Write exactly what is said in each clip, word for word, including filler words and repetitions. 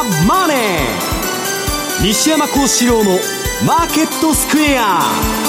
マネー。西山孝四郎のマーケットスクエア。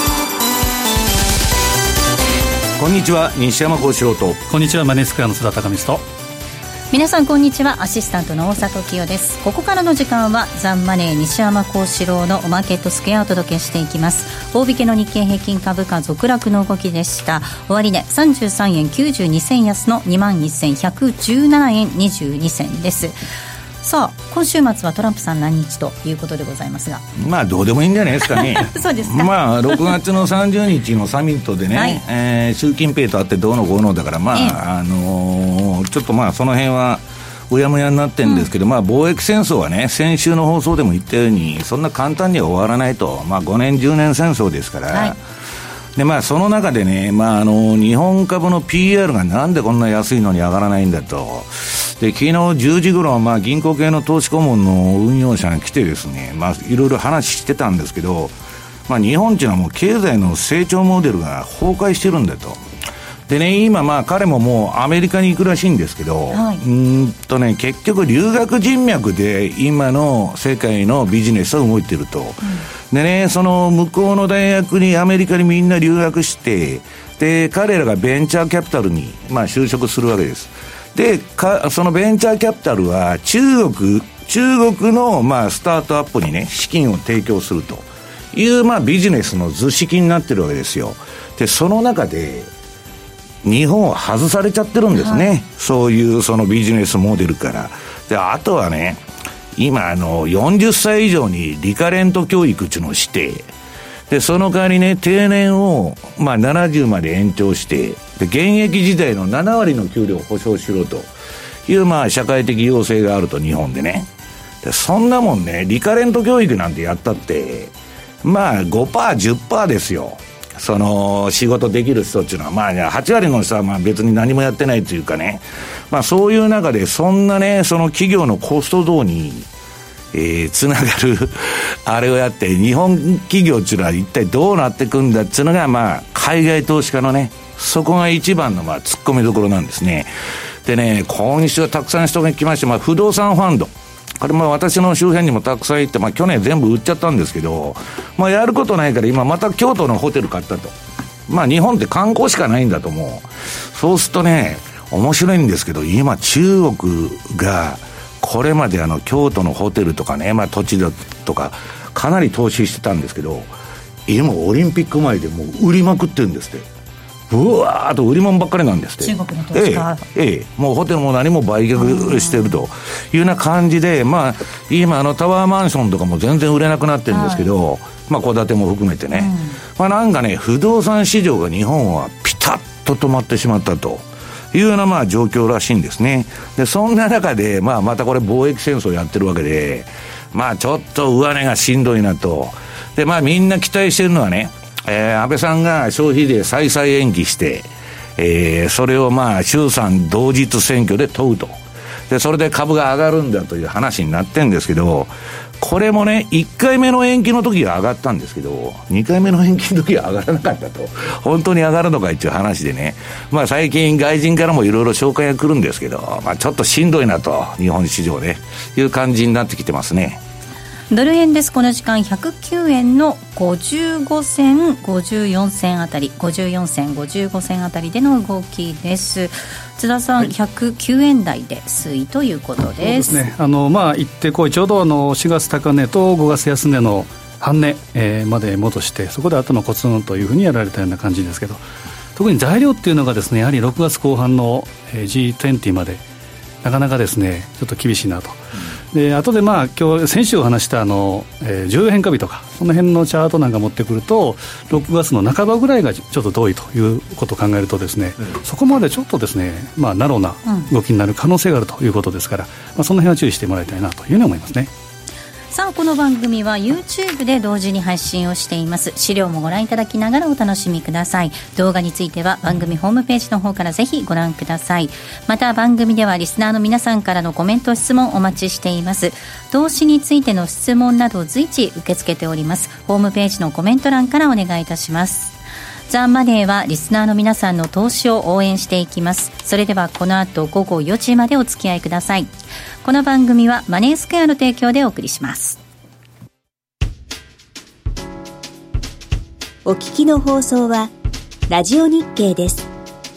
こんにちは、西山孝四郎と。 こんにちは、マネースクエアの須田貴光と。 皆さんこんにちは、アシスタントの大里清です。ここからの時間はザンマネー西山孝四郎のマーケットスクエアをお届けしていきます。大引けの日経平均株価続落の動きでした。終値さんじゅうさんえんきゅうじゅうに銭安の にまんせんひゃくじゅうななえんにじゅうに銭です。さあ、今週末はトランプさん何日ということでございますが、 まあどうでもいいんじゃないですかねそうですか。 まあろくがつのさんじゅうにちのサミットでね、はい、えー、習近平と会ってどうのこうのだからまあ、ええ、あのー、ちょっとまあその辺はうやむやになってるんですけど、うん、まあ貿易戦争はね、先週の放送でも言ったようにそんな簡単には終わらないと。まあごねんじゅうねん戦争ですから、はい、でまあその中でね、まああの日本株の ピーアール がなんでこんな安いのに上がらないんだと。で昨日じゅうじ頃、まあ銀行系の投資顧問の運用者が来てですね、まあいろいろ話してたんですけど、まあ日本っていうのはもう経済の成長モデルが崩壊してるんだと。でね、今まあ彼ももうアメリカに行くらしいんですけど、はい、うーんとね、結局留学人脈で今の世界のビジネスは動いてると、うん、でね、その向こうの大学にアメリカにみんな留学して、で彼らがベンチャーキャピタルにまあ就職するわけです。でかそのベンチャーキャピタルは中国中国のまあスタートアップにね資金を提供するというまあビジネスの図式になってるわけですよ。でその中で日本は外されちゃってるんですね、はい、そういうそのビジネスモデルから。であとはね、今あのよんじゅっさい以上にリカレント教育っていうのをして、でその代わりね、定年をまあななじゅうまで延長して、で現役時代のななわりの給料を保証しろというまあ社会的要請があると、日本でね。でそんなもんね、リカレント教育なんてやったってまあ ごパーセントじゅっパーセント ですよ。その仕事できる人っていうのはまあはちわりの人はまあ別に何もやってないというかね、まあそういう中でそんなね、その企業のコスト増にえー、つながるあれをやって日本企業っていうのは一体どうなっていくんだっていうのがまあ海外投資家のね、そこが一番のまあ突っ込みどころなんですね。でね、今週はたくさん人が来まして、まあ不動産ファンド、これも私の周辺にもたくさん行って、まあ去年全部売っちゃったんですけど、まあやることないから今また京都のホテル買ったと。まあ日本って観光しかないんだと思う。そうするとね、面白いんですけど、今中国がこれまであの京都のホテルとかね、まあ土地とかかなり投資してたんですけど、今オリンピック前でもう売りまくってるんですって。うわーっと売り物ばっかりなんですって。 中国の投資家、 ええええ、もうホテルも何も売却してるというような感じで、まあ今あのタワーマンションとかも全然売れなくなってるんですけど、はい、まあ戸建ても含めてね、うん、まあなんかね、不動産市場が日本はピタッと止まってしまったというようなまあ状況らしいんですね。でそんな中で、まあ、またこれ貿易戦争やってるわけで、まあちょっと上値がしんどいなと。でまあみんな期待してるのはね、えー、安倍さんが消費税再々延期して、えー、それをまあ衆参同日選挙で問うと。でそれで株が上がるんだという話になってるんですけど、これもね、いっかいめの延期の時は上がったんですけど、にかいめの延期の時は上がらなかったと。本当に上がるのかっていう話でね、まあ最近外人からもいろいろ紹介が来るんですけど、まあちょっとしんどいなと、日本市場でいう感じになってきてますね。 ドル円です。この時間ひゃくきゅうえんのごじゅうご銭ごじゅうよん銭あたり、ごじゅうよん銭ごじゅうご銭あたりでの動きです。津田さん、はい、ひゃくきゅうえん台で推移ということです。そうですね、 あのまあ行ってこい、ちょうどあのしがつ高値とごがつ安値の半値、えー、まで戻して、そこで頭コツンというふうにやられたような感じですけど、特に材料っていうのがですね、やはりろくがつこう半の ジーにじゅう までなかなかですねちょっと厳しいなと、うん、で後でまあ今日先週お話したあの、えー、重要変化日とかその辺のチャートなんか持ってくるとろくがつの半ばぐらいがちょっと遠いということを考えるとですね、うん、そこまでちょっとですね、まあ、ナローな動きになる可能性があるということですから、まあ、その辺は注意してもらいたいなというふうに思いますね。 さあ、この番組は YouTube で同時に配信をしています。資料もご覧いただきながらお楽しみください。動画については番組ホームページの方からぜひご覧ください。また番組ではリスナーの皆さんからのコメント質問お待ちしています。投資についての質問など随時受け付けております。ホームページのコメント欄からお願いいたします。 ザ・マネーはリスナーの皆さんの投資を応援していきます。それではこの後午後よじまでお付き合いください。この番組はマネースクエアの提供でお送りします。 お聞きの放送はラジオ日経です。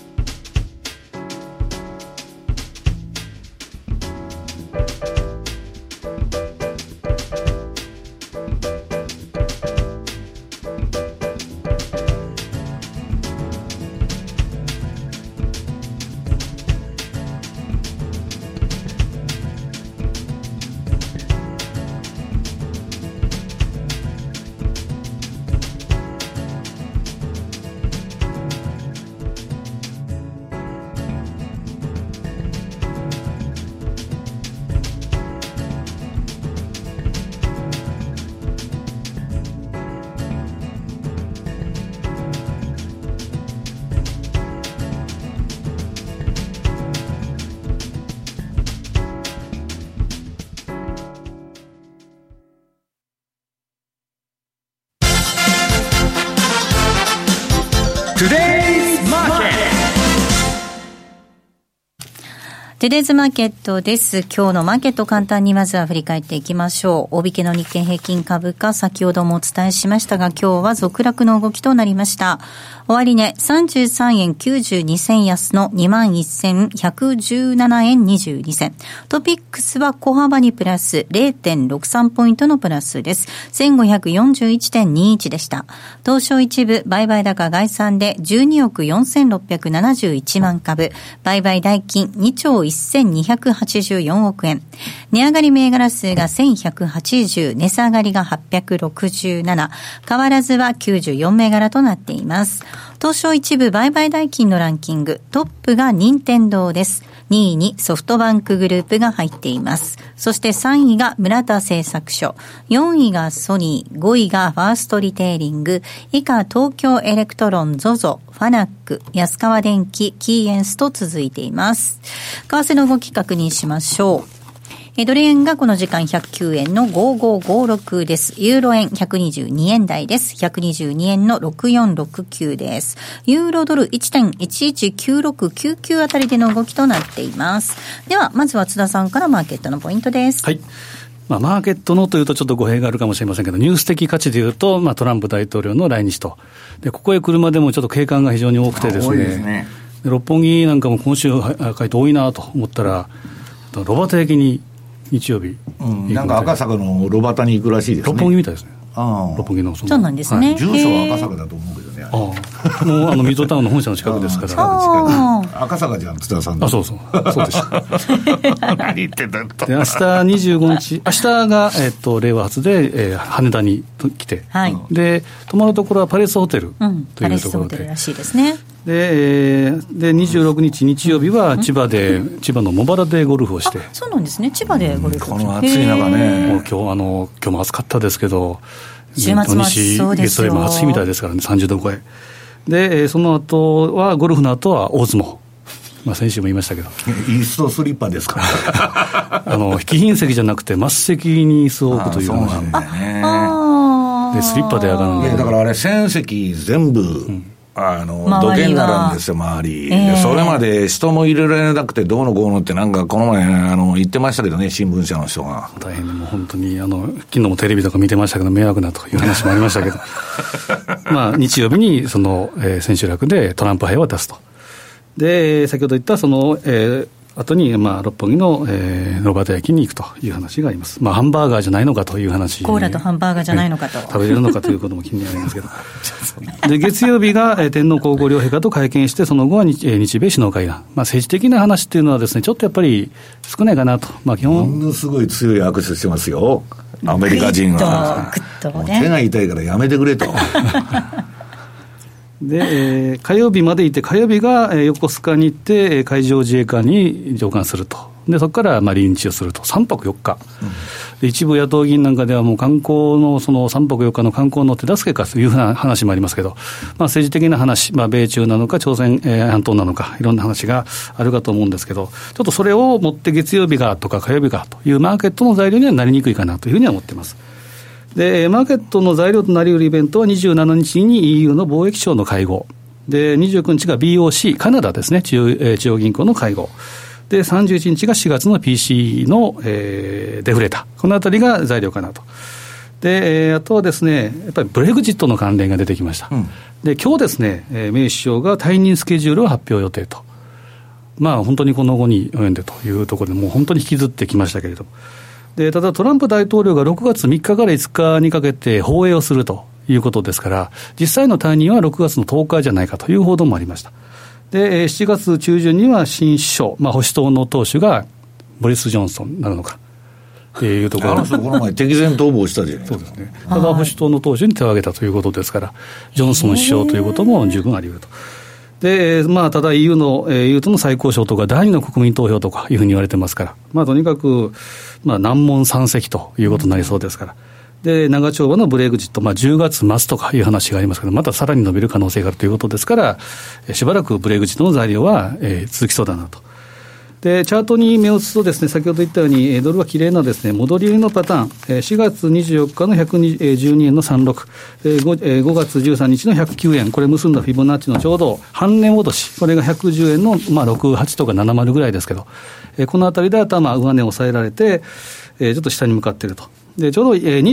トゥデイズマーケットです。今日のマーケット簡単にまずは振り返っていきましょう。大引けの日経平均株価、先ほどもお伝えしましたが、今日は続落の動きとなりました。終値さんじゅうさんえんきゅうじゅうにせん安の にまんせんひゃくじゅうななえんにじゅうにせん。トピックスは小幅にプラス ゼロてんろくさん ポイントのプラスです。せんごひゃくよんじゅういちてんにいち でした。東証一部売買高概算でじゅうにおくよんせんろっぴゃくななじゅういちまん株、売買代金にちょうせんにひゃくはちじゅうよんおくえん、値上がり銘柄数がせんひゃくはちじゅう、値下がりがはっぴゃくろくじゅうなな、変わらずはきゅうじゅうよん銘柄となっています。東証一部売買代金のランキング、トップが任天堂です。にいにソフトバンクグループが入っています。そしてさんいが村田製作所、よんいがソニー、ごいがファーストリテイリング、以下東京エレクトロン、ゾゾ、ファナック、安川電機、キーエンスと続いています。為替の動き確認しましょう。ドル円がこの時間ひゃくきゅうえんのごごごろくです。ユーロ円ひゃくにじゅうにえん台です。ひゃくにじゅうにえんのろくよんろくきゅうです。ユーロドル いちてんいちいちきゅうろくきゅうきゅう あたりでの動きとなっています。ではまずは津田さんからマーケットのポイントです。 はい。まあ、マーケットのというとちょっと語弊があるかもしれませんけど、ニュース的価値でいうと、まあ、トランプ大統領の来日と。で、ここへ来るまでもちょっと警官が非常に多くてですね。多いですね。で六本木なんかも今週回答多いなと思ったら、ロバート駅に日曜日、 うん、なんか赤坂のロバタに行くらしいですね。 六本木みたいですね。 あ六本木のそのそうなんですね、 はい、住所は赤坂だと思うけどね。 ああもうあのミッドタウンの本社の近くですからあ赤坂じゃん津田さんの。 あそうそうそうでした何言ってんだと。 で明日にじゅうごにち明日が、えっと、令和初で、えー、羽田に来て、 はい、 で泊まるところはパレスホテルというところで、うん、 パレスホテルらしいですね。 で、えー、でにじゅうろくにち日曜日は千葉で、うん、千葉の茂原でゴルフをして。 そうなんですね。千葉でゴルフをして、 うん、この暑い中ね。 もう今日あの今日も暑かったですけど、 週末も暑そうですよ。 月曜日も暑いみたいですからね、さんじゅうど超えで、えー、その後はゴルフの後は大相撲、まあ、先週も言いましたけど椅子とスリッパですかあの貴賓席じゃなくて末席に椅子を置くという話で、 そうなんだよね。 あでスリッパで上がるんで、 だからあれ戦席全部、うんあの土下になるんですよ周り、えー、でそれまで人も入れられなくてどうのこうのってなんかこの前あの言ってましたけどね、新聞社の人が大変でもう本当にあの昨日もテレビとか見てましたけど迷惑なという話もありましたけどまあ日曜日にその、えー、千秋楽でトランプ杯を出すと。で先ほど言ったその、えー後に、まあ、六本木の、えー、ロバート焼きに行くという話があります。まあ、ハンバーガーじゃないのかという話。 コーラとハンバーガーじゃないのかと。 食べれるのかということも気になりますけど。で、月曜日が、えー、天皇皇后両陛下と会見して、その後は日、えー、日米首脳会談。まあ、政治的な話っていうのはですね、ちょっとやっぱり少ないかなと。まあ、基本。 ものすごい強い握手してますよ。アメリカ人は。 グッとね。 手が痛いからやめてくれと。 で、えー、火曜日までいて、火曜日が、えー、横須賀に行って、海上自衛官に上官すると。で、そこから、まあ、臨日をすると。さんぱくよっか。うん、で一部野党議員なんかではもう観光の、そのさんぱくよっかの観光の手助けかというふうな話もありますけど、まあ、政治的な話、まあ、米中なのか、朝鮮、えー、半島なのか、いろんな話があるかと思うんですけど、ちょっとそれをもって月曜日がとか火曜日がというマーケットの材料にはなりにくいかなというふうには思っています。 でマーケットの材料となり得るイベントはにじゅうしちにちに イーユー の貿易相の会合で、にじゅうくにちが ビーオーシー カナダですね、中央、中央銀行の会合で、さんじゅういちにちがしがつの ピーシー の、えー、デフレータ、このあたりが材料かなと。で、えー、あとはですね、やっぱりブレグジットの関連が出てきました。うん、で、今日ですね、えー、メイ首相が退任スケジュールを発表予定と。まあ本当にこの後に及んでというところでもう本当に引きずってきましたけれども。で、ただトランプ大統領がろくがつみっかからいつかにかけて訪英をするということですから、実際の退任はろくがつのとおかじゃないかという報道もありました。で、しちがつちゅうじゅんには新首相、まあ、保守党の党首がボリス・ジョンソンになるのかっていうところ。 あの人この前敵前逃亡したじゃないですか。 そうですね。ただ保守党の党首に手を挙げたということですから、ジョンソン首相ということも十分あり得ると。で、まあ、ただ イーユー の、イーユー との再交渉とか第二の国民投票とかいうふうに言われてますから、まあ、とにかく、まあ、難問山積ということになりそうですから。で、長丁場のブレグジット、まあ、じゅうがつ末とかいう話がありますけど、またさらに伸びる可能性があるということですから、しばらくブレグジットの材料は、えー、続きそうだなと。で、チャートに目を移すとですね、先ほど言ったように、ドルは綺麗なですね、戻り売りのパターン、しがつにじゅうよっかのひゃくじゅうにえんのさんじゅうろく、ごがつじゅうさんにちのひゃくきゅうえん、これ結んだフィボナッチのちょうど半値戻し、これがひゃくじゅうえんの、まあ、ろく、はちとかななじゅうぐらいですけど、このあたりで頭、上値を抑えられて、ちょっと下に向かっていると。で、ちょうど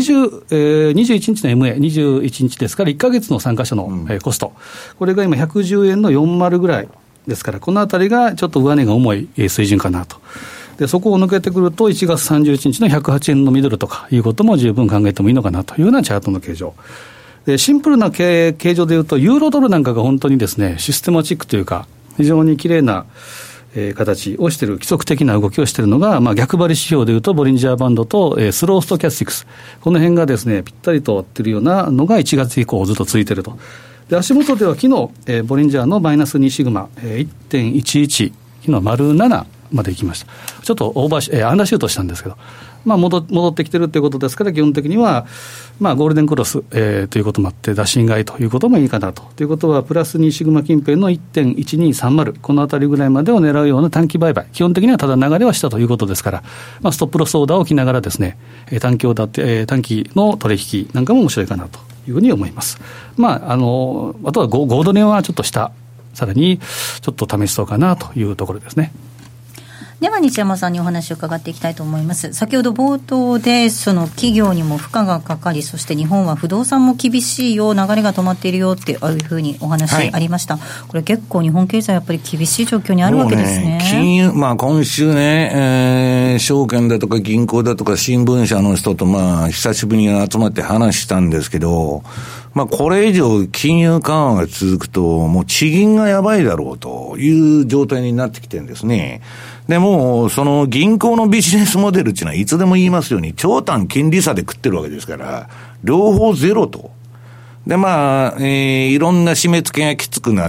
20、にじゅういちにちの エムエー、にじゅういちにちですからいっかげつの参加者のコスト、うん、これが今ひゃくじゅうえんのよんじゅうぐらいですから、このあたりがちょっと上値が重い水準かなと。で、そこを抜けてくるといちがつさんじゅういちにちのひゃくはちえんのミドルとかいうことも十分考えてもいいのかなというようなチャートの形状で、シンプルな形状でいうとユーロドルなんかが本当にですね、システマチックというか非常に綺麗なえー、形をしている、規則的な動きをしているのが、まあ、逆張り指標でいうとボリンジャーバンドと、えー、スローストキャスティクス、この辺がですねぴったりと合っているようなのがいちがつ以降ずっと続いていると。で、足元では昨日、えー、ボリンジャーのマイナスにシグマ、えー、いってんいちいち、昨日丸ななまで行きました。ちょっとオーバー、えー、アンダーシュートしたんですけど、まあ、戻, 戻ってきてるということですから、基本的には、まあ、ゴールデンクロス、えー、ということもあって打診買いということもいいかなと。ということはプラスにシグマ近辺の いってんいちにさんまる、このあたりぐらいまでを狙うような短期売買、基本的にはただ流れはしたということですから、まあ、ストップロスオーダーを置きながらですね、短期をだって、えー、短期の取引なんかも面白いかなというふうに思います。まあ、あのあとはゴールド年はちょっと下、さらにちょっと試しそうかなというところですね。 では西山さんにお話を伺っていきたいと思います。先ほど冒頭でその企業にも負荷がかかり、そして日本は不動産も厳しいよ、流れが止まっているよってああいうふうにお話ありました、はい、これ結構日本経済やっぱり厳しい状況にあるわけですね。 金融、まあ今週ね、えー、証券だとか銀行だとか新聞社の人とまあ久しぶりに集まって話したんですけど、まあこれ以上金融緩和が続くともう地銀がやばいだろうという状態になってきてるんですね。でも、その銀行のビジネスモデルっていうのはいつでも言いますように、長短金利差で食ってるわけですから、両方ゼロと。で、まあ、えー、いろんな締め付けがきつくなって、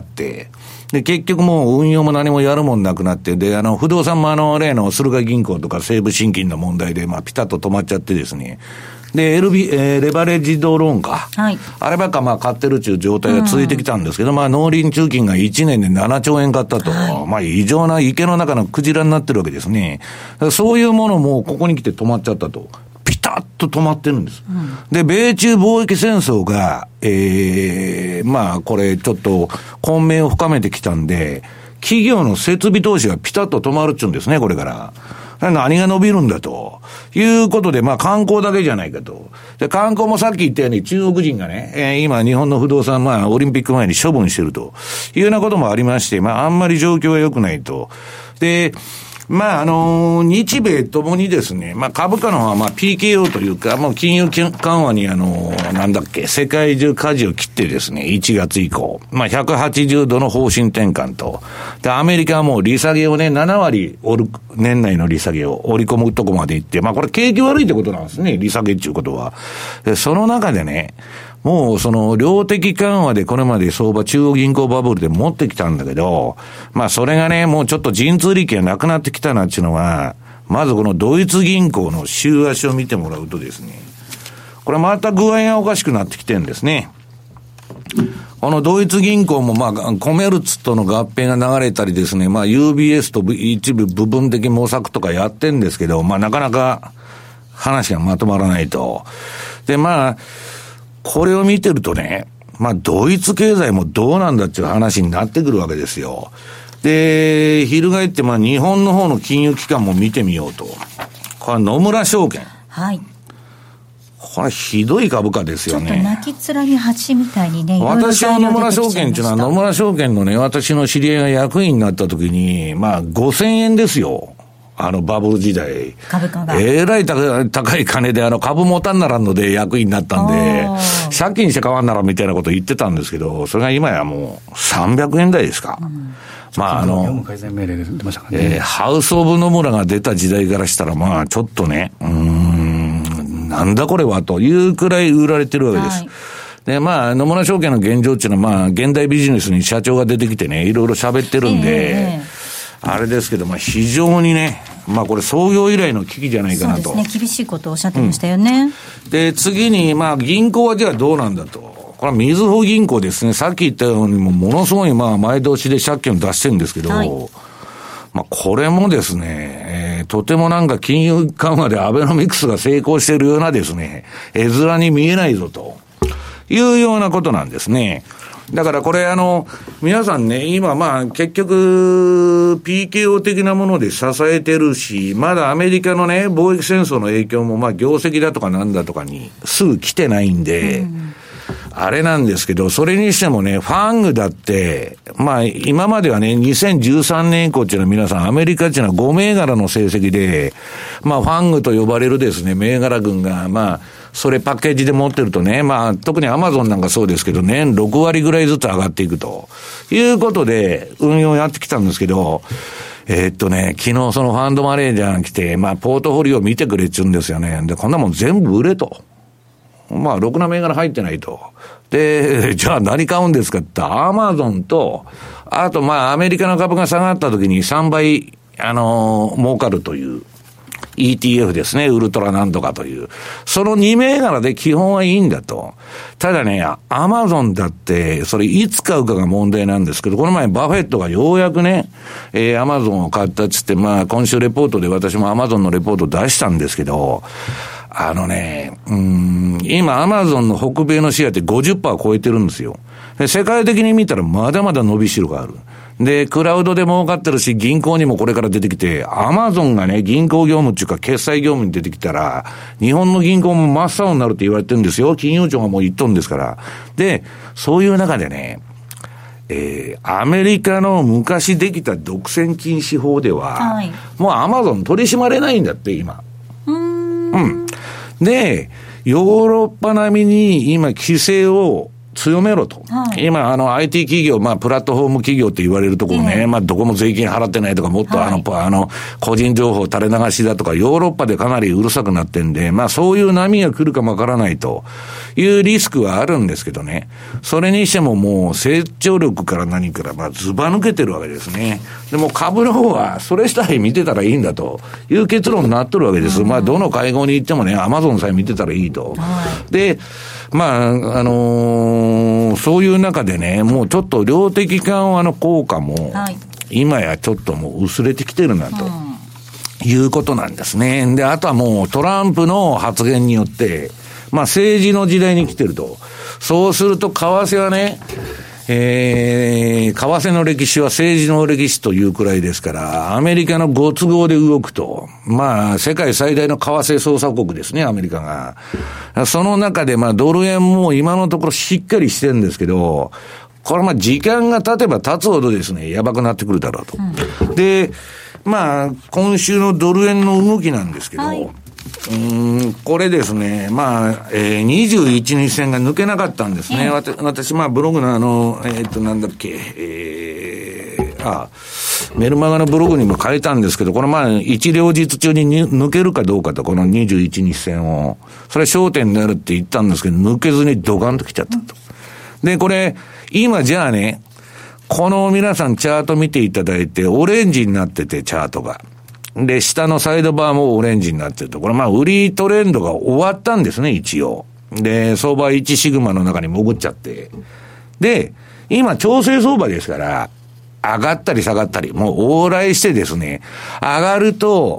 で、結局もう運用も何もやるもんなくなって、で、あの、不動産もあの、例の駿河銀行とか西武信金の問題で、まあ、ピタッと止まっちゃってですね。で、エルビー、えー、レバレッジドローンか。はい。あればっかまあ買ってるっていう状態が続いてきたんですけど、うん、まあ農林中金がいちねんでななちょうえん買ったと。はい、まあ異常な池の中のクジラになってるわけですね。そういうものもここに来て止まっちゃったと。ピタッと止まってるんです。うん、で、米中貿易戦争が、えー、まあこれちょっと混迷を深めてきたんで、企業の設備投資がピタッと止まるっちゅうんですね、これから。何が伸びるんだということで、まあ観光だけじゃないかと。で、観光もさっき言ったように中国人がね、えー、今日本の不動産、まあオリンピック前に処分してるというようなこともありまして、まああんまり状況は良くないと。で、まああのー、日米ともにですね、まあ株価の方はまあ ピーケーオー というか、もう金融緩和にあのー、なんだっけ、世界中舵を切ってですね、いちがつ以降、まあひゃくはちじゅうどの方針転換と、で、アメリカはもう利下げをね、ななわり折る、年内の利下げを織り込むとこまで行って、まあこれ景気悪いってことなんですね、利下げっていうことは。で、その中でね、もうその量的緩和でこれまで相場中央銀行バブルで持ってきたんだけど、まあそれがね、もうちょっと神通力がなくなってきたなっていうのは、まずこのドイツ銀行の週足を見てもらうとですね、これまた具合がおかしくなってきてるんですね。このドイツ銀行もまあコメルツとの合併が流れたりですね、まあ ユービーエス と一部部分的模索とかやってんですけど、まあなかなか話がまとまらないと。 で、まあ、これを見てるとね、まあ、ドイツ経済もどうなんだっていう話になってくるわけですよ。で、翻って、まあ、日本の方の金融機関も見てみようと。これは野村証券。 はい。 これひどい株価ですよね。 ちょっと泣き面に蜂みたいにね。 私は野村証券っていうのは、野村証券のね、私の知り合いが役員になった時に、まあ、ごせんえんですよ。あのバブル時代。 株価が。 えらい高い金で、あの株持たんならんので役員になったんで、借金して買わんならみたいなこと言ってたんですけど、それが今やもうさんびゃくえん台ですか。うん、まああの、業務改善命令で出ましたからね。えー、ハウスオブ野村が出た時代からしたら、まあちょっとね、うーん、なんだこれはというくらい売られてるわけです。はい、で、まあ、野村証券の現状っていうのは、まあ、現代ビジネスに社長が出てきてね、いろいろ喋ってるんで、えーあれですけど、まあ、非常にね、まあ、これ創業以来の危機じゃないかなと。 そうですね、厳しいことをおっしゃってましたよね。 うん、で、次に、まあ、銀行はじゃあどうなんだと。これはみずほ銀行ですね。さっき言ったようにも、ものすごい、まあ、前倒しで借金を出してるんですけど、はい、まあ、これもですね、えー、とてもなんか金融緩和でアベノミクスが成功しているようなですね、絵面に見えないぞというようなことなんですね。だからこれあの、皆さんね、今まあ結局 ピーケーオー 的なもので支えてるし、まだアメリカのね、貿易戦争の影響もまあ業績だとかなんだとかにすぐ来てないんで、うん、あれなんですけど、それにしてもね、ファングだって、まあ今まではね、にせんじゅうさんねん以降っていうのは皆さんアメリカっていうのはご銘柄の成績で、まあファングと呼ばれるですね、銘柄群がまあ、それパッケージで持ってるとね、まあ特にアマゾンなんかそうですけどね、ろくわりぐらいずつ上がっていくということで運用やってきたんですけど、えー、っとね、昨日そのファンドマネージャーが来て、まあポートフォリオ見てくれって言うんですよね。で、こんなもん全部売れと。まあろくな銘柄入ってないと。で、じゃあ何買うんですかってアマゾンと、あとまあアメリカの株が下がった時にさんばい、あのー、儲かるという。イーティーエフ ですね、ウルトラなんとかという。そのに銘柄で基本はいいんだと。ただね、アマゾンだって、それいつ買うかが問題なんですけど、この前バフェットがようやくね、えー、アマゾンを買ったっつって、まあ今週レポートで私もアマゾンのレポート出したんですけど、あのね、うーん、今アマゾンの北米のシェアって ごじゅっパーセント 超えてるんですよ。で世界的に見たらまだまだ伸びしろがある。で、クラウドで儲かってるし、銀行にもこれから出てきて、アマゾンがね、銀行業務っていうか、決済業務に出てきたら、日本の銀行も真っ青になるって言われてるんですよ。金融庁がもう言っとるんですから。で、そういう中でね、えー、アメリカの昔できた独占禁止法では、はい、もうアマゾン取り締まれないんだって、今。うーん。うん。で、ヨーロッパ並みに今、規制を、強めろと。はい、今、あの、アイティー 企業、まあ、プラットフォーム企業って言われるところね、えー、まあ、どこも税金払ってないとか、もっとあの、はい、あの、個人情報垂れ流しだとか、ヨーロッパでかなりうるさくなってんで、まあ、そういう波が来るかもわからないというリスクはあるんですけどね。それにしてももう、成長力から何から、まあ、ずば抜けてるわけですね。でも、株の方は、それさえ見てたらいいんだという結論になっとるわけです。うん、まあ、どの会合に行ってもね、アマゾンさえ見てたらいいと。はい、で、まあ、あのー、そういう中でね、もうちょっと量的緩和の効果も、今やちょっともう薄れてきてるなと、いうことなんですね。で、あとはもうトランプの発言によって、まあ政治の時代に来てると。そうすると為替はね、えー、為替の歴史は政治の歴史というくらいですから、アメリカのご都合で動くと。まあ、世界最大の為替操作国ですね、アメリカが。その中で、まあ、ドル円も今のところしっかりしてるんですけど、これまあ、時間が経てば経つほどですね、やばくなってくるだろうと。うん、で、まあ、今週のドル円の動きなんですけど、はい、うーんこれですね、まあ、えー、にじゅういちにち線が抜けなかったんですね。わた私、まあ、ブログのあの、えー、っと、なんだっけ、えー、あ、メルマガのブログにも書いたんですけど、これまあ、一両日中に抜けるかどうかと、このにじゅういちにち線を。それ焦点になるって言ったんですけど、抜けずにドカンと来ちゃったと。で、これ、今じゃあね、この皆さんチャート見ていただいて、オレンジになってて、チャートが。で、下のサイドバーもオレンジになってると。これまあ、売りトレンドが終わったんですね、一応。で、相場いちシグマの中に潜っちゃって。で、今、調整相場ですから、上がったり下がったり、もう往来してですね、上がると、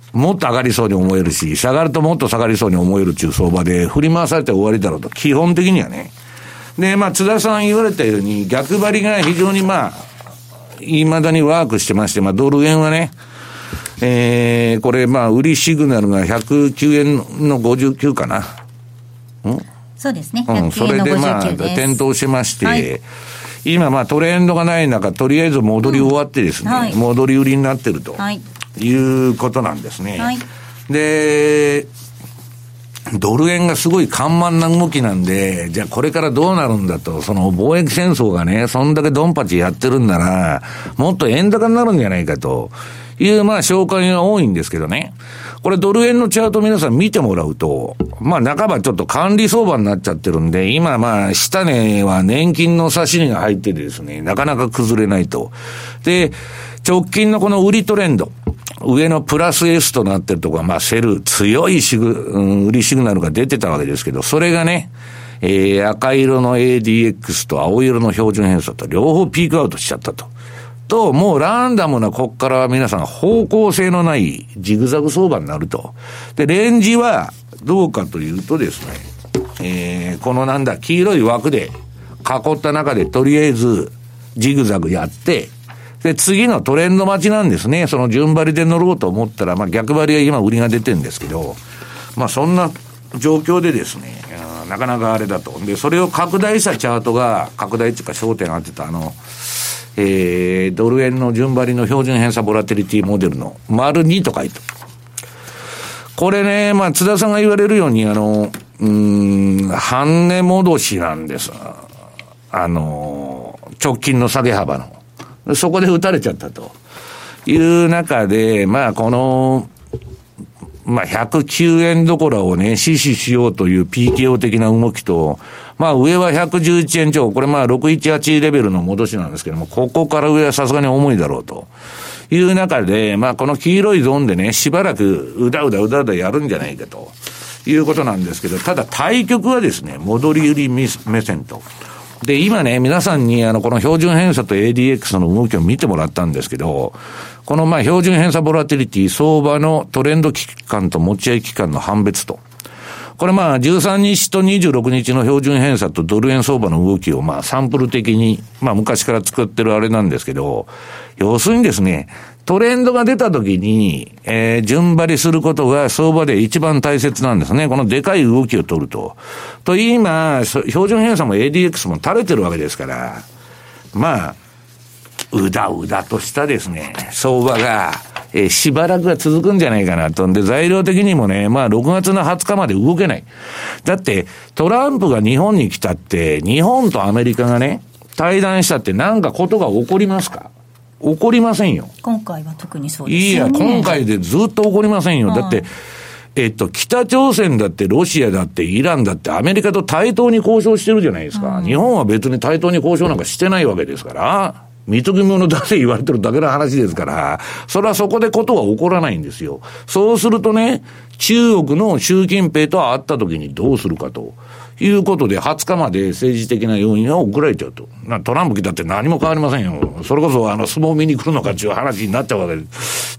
もっと上がりそうに思えるし、下がるともっと下がりそうに思えるっていう相場で振り回されて終わりだろうと、基本的にはね。で、まあ、津田さん言われたように、逆張りが非常にまあ、未だにワークしてまして、まあ、ドル円はね、えー、これまあ、売りシグナルがひゃくきゅうえんのごじゅうきゅうかな。んそうですね。 うん、それでまあ、点灯しまして、はい、今まあ、トレンドがない中、とりあえず戻り終わってですね、うんはい、戻り売りになってると。はいいうことなんですね。はい、で、ドル円がすごい緩慢な動きなんで、じゃあこれからどうなるんだと、その貿易戦争がね、そんだけドンパチやってるんなら、もっと円高になるんじゃないかという、まあ、紹介が多いんですけどね。これドル円のチャート皆さん見てもらうと、まあ、半ばちょっと管理相場になっちゃってるんで、今まあ、下値は年金の差し値が入っててですね、なかなか崩れないと。で、直近のこの売りトレンド、上のプラス S となってるところは、まあ、セル、強いシグ、うん、売りシグナルが出てたわけですけど、それがね、えー、赤色の エーディーエックス と青色の標準偏差と両方ピークアウトしちゃったと。と、もうランダムなこっから皆さん方向性のないジグザグ相場になると。で、レンジはどうかというとですね、えー、このなんだ、黄色い枠で囲った中でとりあえずジグザグやって、で、次のトレンド待ちなんですね。その順張りで乗ろうと思ったら、まあ逆張りは今売りが出てるんですけど、まあそんな状況でですね、なかなかあれだと。で、それを拡大したチャートが、拡大っていうか焦点当てたあの、えー、ドル円の順張りの標準偏差ボラテリティモデルの丸にと書いて。これね、まあ津田さんが言われるように、あの、うーん、半値戻しなんです。あの、直近の下げ幅の。そこで打たれちゃったという中で、まあこの、まあひゃくきゅうえんどころをね、死守しようという ピーケーオー 的な動きと、まあ上はひゃくじゅういちえん超、これまあろくひゃくじゅうはちレベルの戻しなんですけども、ここから上はさすがに重いだろうという中で、まあこの黄色いゾーンでね、しばらくうだうだうだうだやるんじゃないかということなんですけど、ただ対局はですね、戻り売り目線と。で、今ね、皆さんに、あの、この標準偏差と エーディーエックス の動きを見てもらったんですけど、この、まあ、標準偏差ボラティリティ、相場のトレンド期間と持ち合い期間の判別と。これまあ、じゅうさんにちとにじゅうろくにちの標準偏差とドル円相場の動きを、まあ、サンプル的に、まあ、昔から作ってるあれなんですけど、要するにですね、トレンドが出た時に、えー、順張りすることが相場で一番大切なんですね。このでかい動きを取ると。と今、標準偏差も エーディーエックス も垂れてるわけですから、まあ、うだうだとしたですね、相場が、えー、しばらくは続くんじゃないかなと。で、材料的にもね、まあ、ろくがつのはつかまで動けない。だって、トランプが日本に来たって、日本とアメリカがね、対談したってなんかことが起こりますか？起こりませんよ。 今回は特にそうですよね。 いや、今回でずっと起こりませんよ。だって、えっと、北朝鮮だってロシアだってイランだってアメリカと対等に交渉してるじゃないですか。うん、日本は別に対等に交渉なんかしてないわけですから、貢ぎ物だって言われてるだけの話ですから、それはそこでことは起こらないんですよ。そうするとね、中国の習近平と会った時にどうするかと。いうことで、はつかまで政治的な要因が送られちゃうと。トランプ来たって何も変わりませんよ。それこそ、あの、相撲見に来るのかっていう話になっちゃうわけです。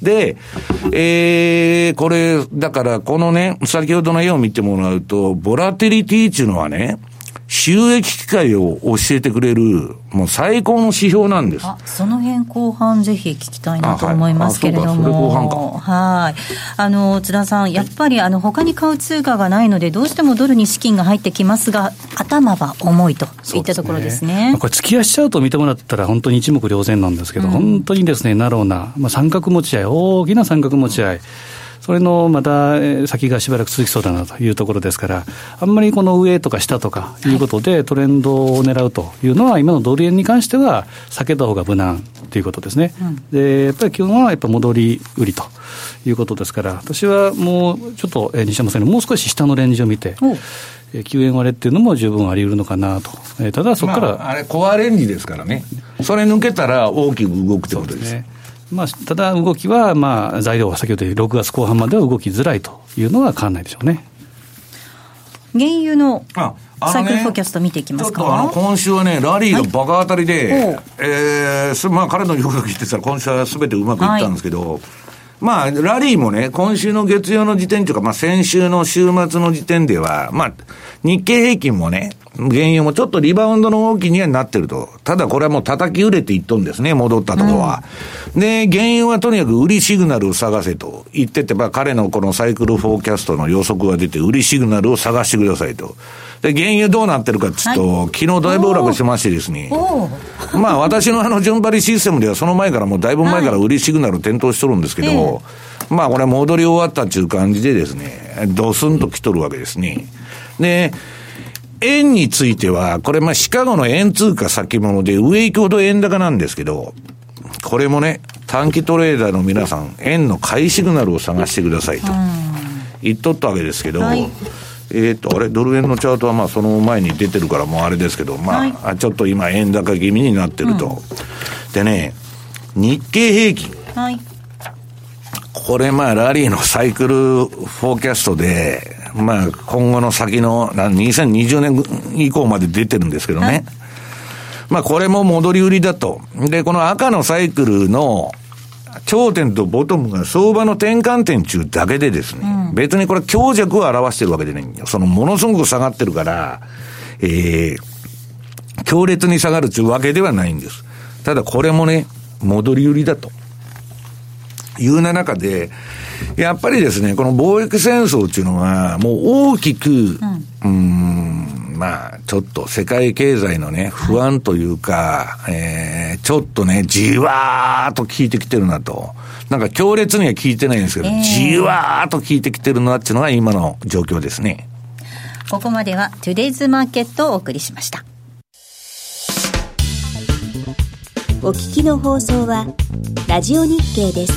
で、えー、これ、だから、このね、先ほどの絵を見てもらうと、ボラテリティっていうのはね、収益機会を教えてくれる、もう最高の指標なんです。 あ、その辺後半ぜひ聞きたいなと思いますけれども。あ、はい、あ、そうか、それ後半か。はい。あの、津田さん、やっぱりあの、他に買う通貨がないので、どうしてもドルに資金が入ってきますが、頭は重いといったところですね。 これ、月足チャートを見てもらったら本当に一目瞭然なんですけど、うん、本当にですね、ナローな、まあ、三角持ち合い、大きな三角持ち合い。それのまた先がしばらく続きそうだなというところですから、あんまりこの上とか下とかいうことでトレンドを狙うというのは、今のドル円に関しては避けた方が無難ということですね。うん、でやっぱり基本はやっぱ戻り売りということですから、私はもうちょっと西山さんにもう少し下のレンジを見て、きゅうえん割れっていうのも十分あり得るのかなと。えー、ただそこから、 まあ、あれコアレンジですからね。それ抜けたら大きく動くってことです。そうですね。 まあ、ただ動きは、まあ、材料は先ほどろくがつこう半までは動きづらいというのは変わらないでしょうね。 原油のサイクルフォーキャスト見ていきますか。 ちょっとあの今週はね、ラリーがバカ当たりで、はい、えー、まあ彼の言うことを聞いてたら今週は全てうまくいったんですけど、はい、 まあ、ラリーもね、今週の月曜の時点というか、まあ、先週の週末の時点では、まあ、日経平均もね、原油もちょっとリバウンドの動きにはなってると。ただこれはもう叩き売れていっとんですね、戻ったところは。うん、で、原油はとにかく売りシグナルを探せと言ってて、まあ、彼のこのサイクルフォーキャストの予測が出て、売りシグナルを探してくださいと。で、原油どうなってるかって言うと、はい、昨日大暴落してましてですね。まあ、私のあの、順張りシステムではその前からもうだいぶ前から売りシグナル点灯しとるんですけど、はい、まあ、これ戻り終わったっていう感じでですね、ドスンと来とるわけですね。で、円については、これまあシカゴの円通貨先物で上行くほど円高なんですけど、これもね、短期トレーダーの皆さん、円の買いシグナルを探してくださいと言っとったわけですけど、はい、えっと、あれ、ドル円のチャートはまあその前に出てるからもうあれですけど、まあ、はい、ちょっと今円高気味になってると。うん、でね、日経平均。はい、これまあラリーのサイクルフォーキャストで、まあ今後の先のにせんにじゅうねん以降まで出てるんですけどね。はい、まあこれも戻り売りだと。で、この赤のサイクルの頂点とボトムが相場の転換点中だけでですね、うん、別にこれ強弱を表してるわけじゃないんだよ。そのものすごく下がってるから、えー、強烈に下がるというわけではないんです。ただこれもね、戻り売りだと。いうな中で、やっぱりですね、この貿易戦争っていうのは、もう大きく、うん、うーん、まあ、ちょっと世界経済のね、不安というか、はい、えー、ちょっとね、じわーっと効いてきてるなと。なんか強烈には効いてないんですけど、えー、じわーっと効いてきてるなっていうのが今の状況ですね。 ここまではトゥデイズマーケットをお送りしました。 お聞きの放送はラジオ日経です。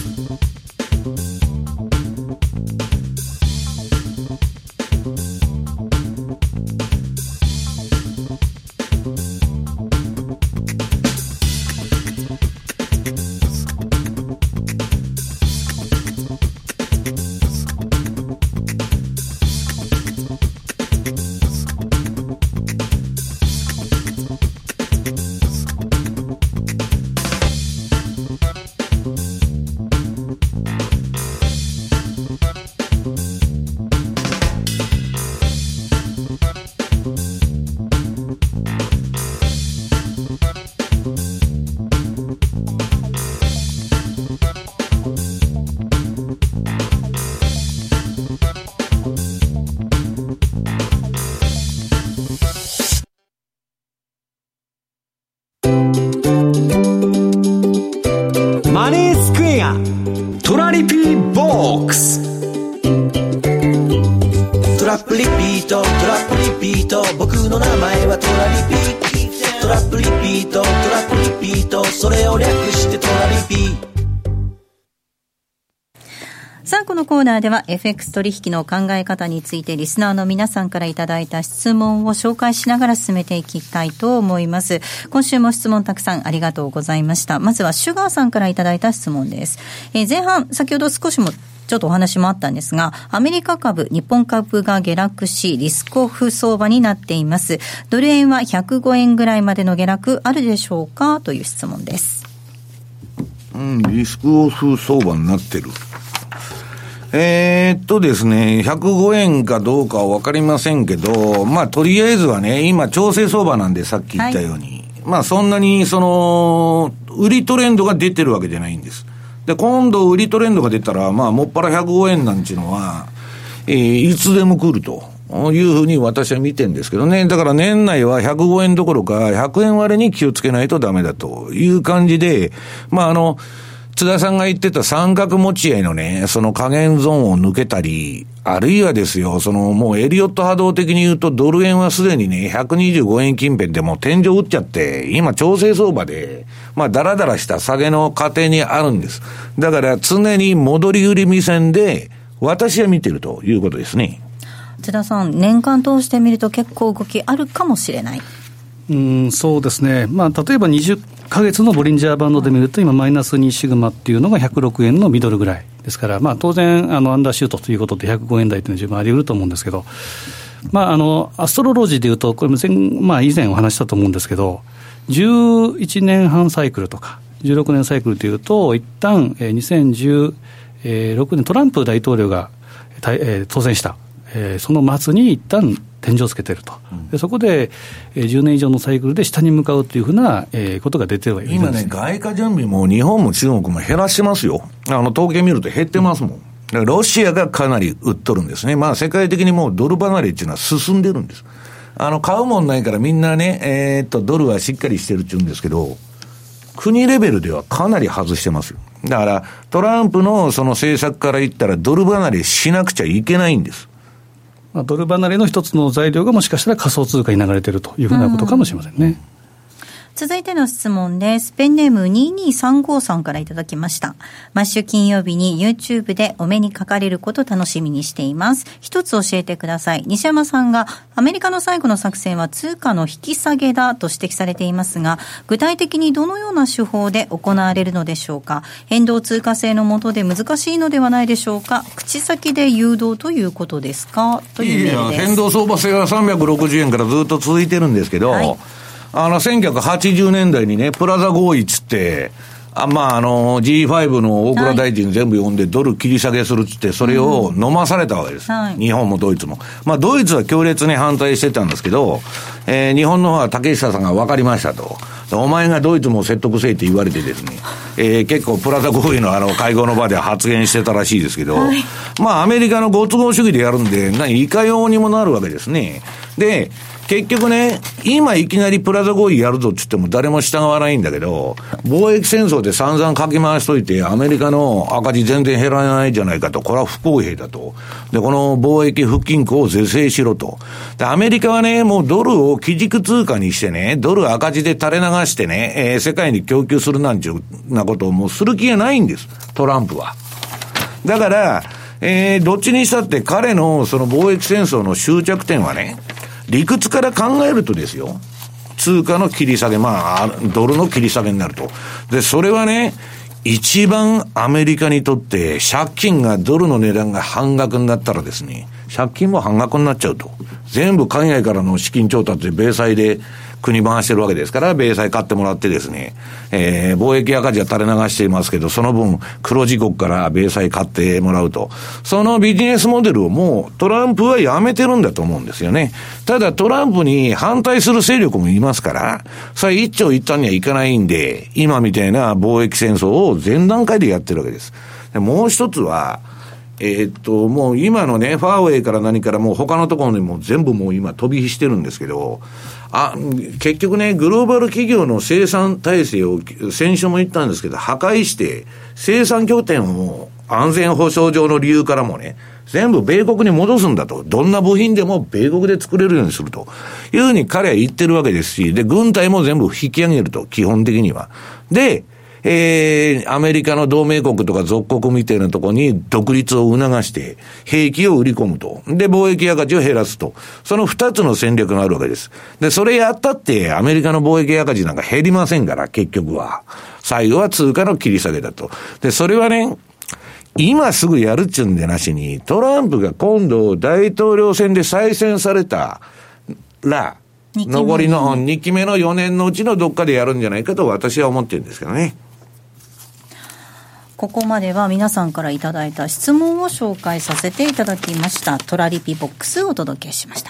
コーナーでは エフエックス 取引の考え方についてリスナーの皆さんからいただいた質問を紹介しながら進めていきたいと思います。今週も質問たくさんありがとうございました。まずはシュガーさんからいただいた質問です。えー、前半先ほど少しもちょっとお話もあったんですが、アメリカ株、日本株が下落しリスクオフ相場になっています。ドル円はひゃくごえんぐらいまでの下落あるでしょうかという質問です。 うん、リスクオフ相場になってる。えー、っとですね、ひゃくごえんかどうかは分かりませんけど、まあとりあえずはね、今調整相場なんでさっき言ったように、はい、まあそんなにその売りトレンドが出てるわけじゃないんです。で、今度売りトレンドが出たら、まあもっぱらひゃくごえんなんちゅうのは、えー、いつでも来るというふうに私は見てるんですけどね。だから年内はひゃくごえんどころかひゃくえん割れに気をつけないとダメだという感じで、まああの、津田さんが言ってた三角持ち合いのね、その下限ゾーンを抜けたり、あるいはですよ、そのもうエリオット波動的に言うとドル円はすでにね、ひゃくにじゅうごえん近辺でもう天井打っちゃって、今調整相場で、まあダラダラした下げの過程にあるんです。だから常に戻り売り目線で、私は見てるということですね。 津田さん、年間通してみると結構動きあるかもしれない。 うん、そうですね。まあ例えばにじゅっかげつのボリンジャーバンドで見ると今マイナスにシグマっていうのがひゃくろくえんのミドルぐらいですから、まあ当然あのアンダーシュートということでひゃくごえん台というのは十分あり得ると思うんですけど、まああのアストロロジーでいうとこれも前、まあ、以前お話したと思うんですけど、じゅういちねんはんサイクルとかじゅうろくねんサイクルというと一旦にせんじゅうえー、ろくねんトランプ大統領が、えー、当選した、えー、その末に一旦天井をつけてると、うん、でそこで、えー、じゅうねん以上のサイクルで下に向かうというふうな、えー、ことが出てはいるんです。 今ね、外貨準備も日本も中国も減らしてますよ。あの統計見ると減ってますもん。だからロシアがかなり売っとるんですね。まあ世界的にもうドル離れっていうのは進んでるんです。あの買うもんないからみんなね、えー、っとドルはしっかりしてるって言うんですけど、国レベルではかなり外してますよ。だからトランプのその政策から言ったらドル離れしなくちゃいけないんです。 まあ、ドル離れの一つの材料がもしかしたら仮想通貨に流れているというふうなことかもしれませんね。 続いての質問です。ペンネームににさんごさんからいただきました。毎週金曜日に YouTube でお目にかかれることを楽しみにしています。一つ教えてください。西山さんがアメリカの最後の作戦は通貨の引き下げだと指摘されていますが、具体的にどのような手法で行われるのでしょうか。変動通貨制の下で難しいのではないでしょうか。口先で誘導ということですか、というメールです。 いや、変動相場制はさんびゃくろくじゅうえんからずっと続いてるんですけど、はい、あの、せんきゅうひゃくはちじゅうねんだいにね、プラザ合意っつって、あまあ、あの、ジーファイブ の大倉大臣全部呼んでドル切り下げするっつって、それを飲まされたわけです。はい、日本もドイツも。まあ、ドイツは強烈に反対してたんですけど、えー、日本の方は竹下さんが分かりましたと。お前がドイツも説得せえって言われてですね、えー、結構プラザ合意のあの会合の場で発言してたらしいですけど、はい、まあ、アメリカのご都合主義でやるんで、いかようにもなるわけですね。で、結局ね、今いきなりプラザ合意やるぞって言っても誰も従わないんだけど、貿易戦争で散々かき回しといて、アメリカの赤字全然減らないじゃないかと、これは不公平だと。で、この貿易不均衡を是正しろと。で、アメリカはね、もうドルを基軸通貨にしてね、ドル赤字で垂れ流してね、えー、世界に供給するなんちゅうなことをもうする気がないんです、トランプは。だから、えー、どっちにしたって彼のその貿易戦争の終着点はね、理屈から考えるとですよ、通貨の切り下げ、まあ、ドルの切り下げになると。で、それはね、一番アメリカにとって借金がドルの値段が半額になったらですね、借金も半額になっちゃうと。全部海外からの資金調達で米債で国回してるわけですから、米債買ってもらってですね、えー、貿易赤字は垂れ流していますけど、その分黒字国から米債買ってもらうと。そのビジネスモデルをもうトランプはやめてるんだと思うんですよね。ただトランプに反対する勢力もいますから、それ一長一短にはいかないんで、今みたいな貿易戦争を前段階でやってるわけです。でもう一つは、えー、っと、もう今のね、ファーウェイから何からもう他のところにも全部もう今飛び火してるんですけど、あ、結局ね、グローバル企業の生産体制を先週も言ったんですけど、破壊して生産拠点を安全保障上の理由からもね、全部米国に戻すんだと。どんな部品でも米国で作れるようにするというふうに彼は言ってるわけですし、で、軍隊も全部引き上げると、基本的には。で、えー、アメリカの同盟国とか属国みたいなところに独立を促して兵器を売り込むと。で、貿易赤字を減らすと。その二つの戦略があるわけです。で、それやったってアメリカの貿易赤字なんか減りませんから、結局は。最後は通貨の切り下げだと。で、それはね、今すぐやるっちゅうんでなしに、トランプが今度大統領選で再選されたら、残りのにきめのよねんのうちのどっかでやるんじゃないかと私は思ってるんですけどね。 ここまでは皆さんからいただいた質問を紹介させていただきました。トラリピボックスをお届けしました。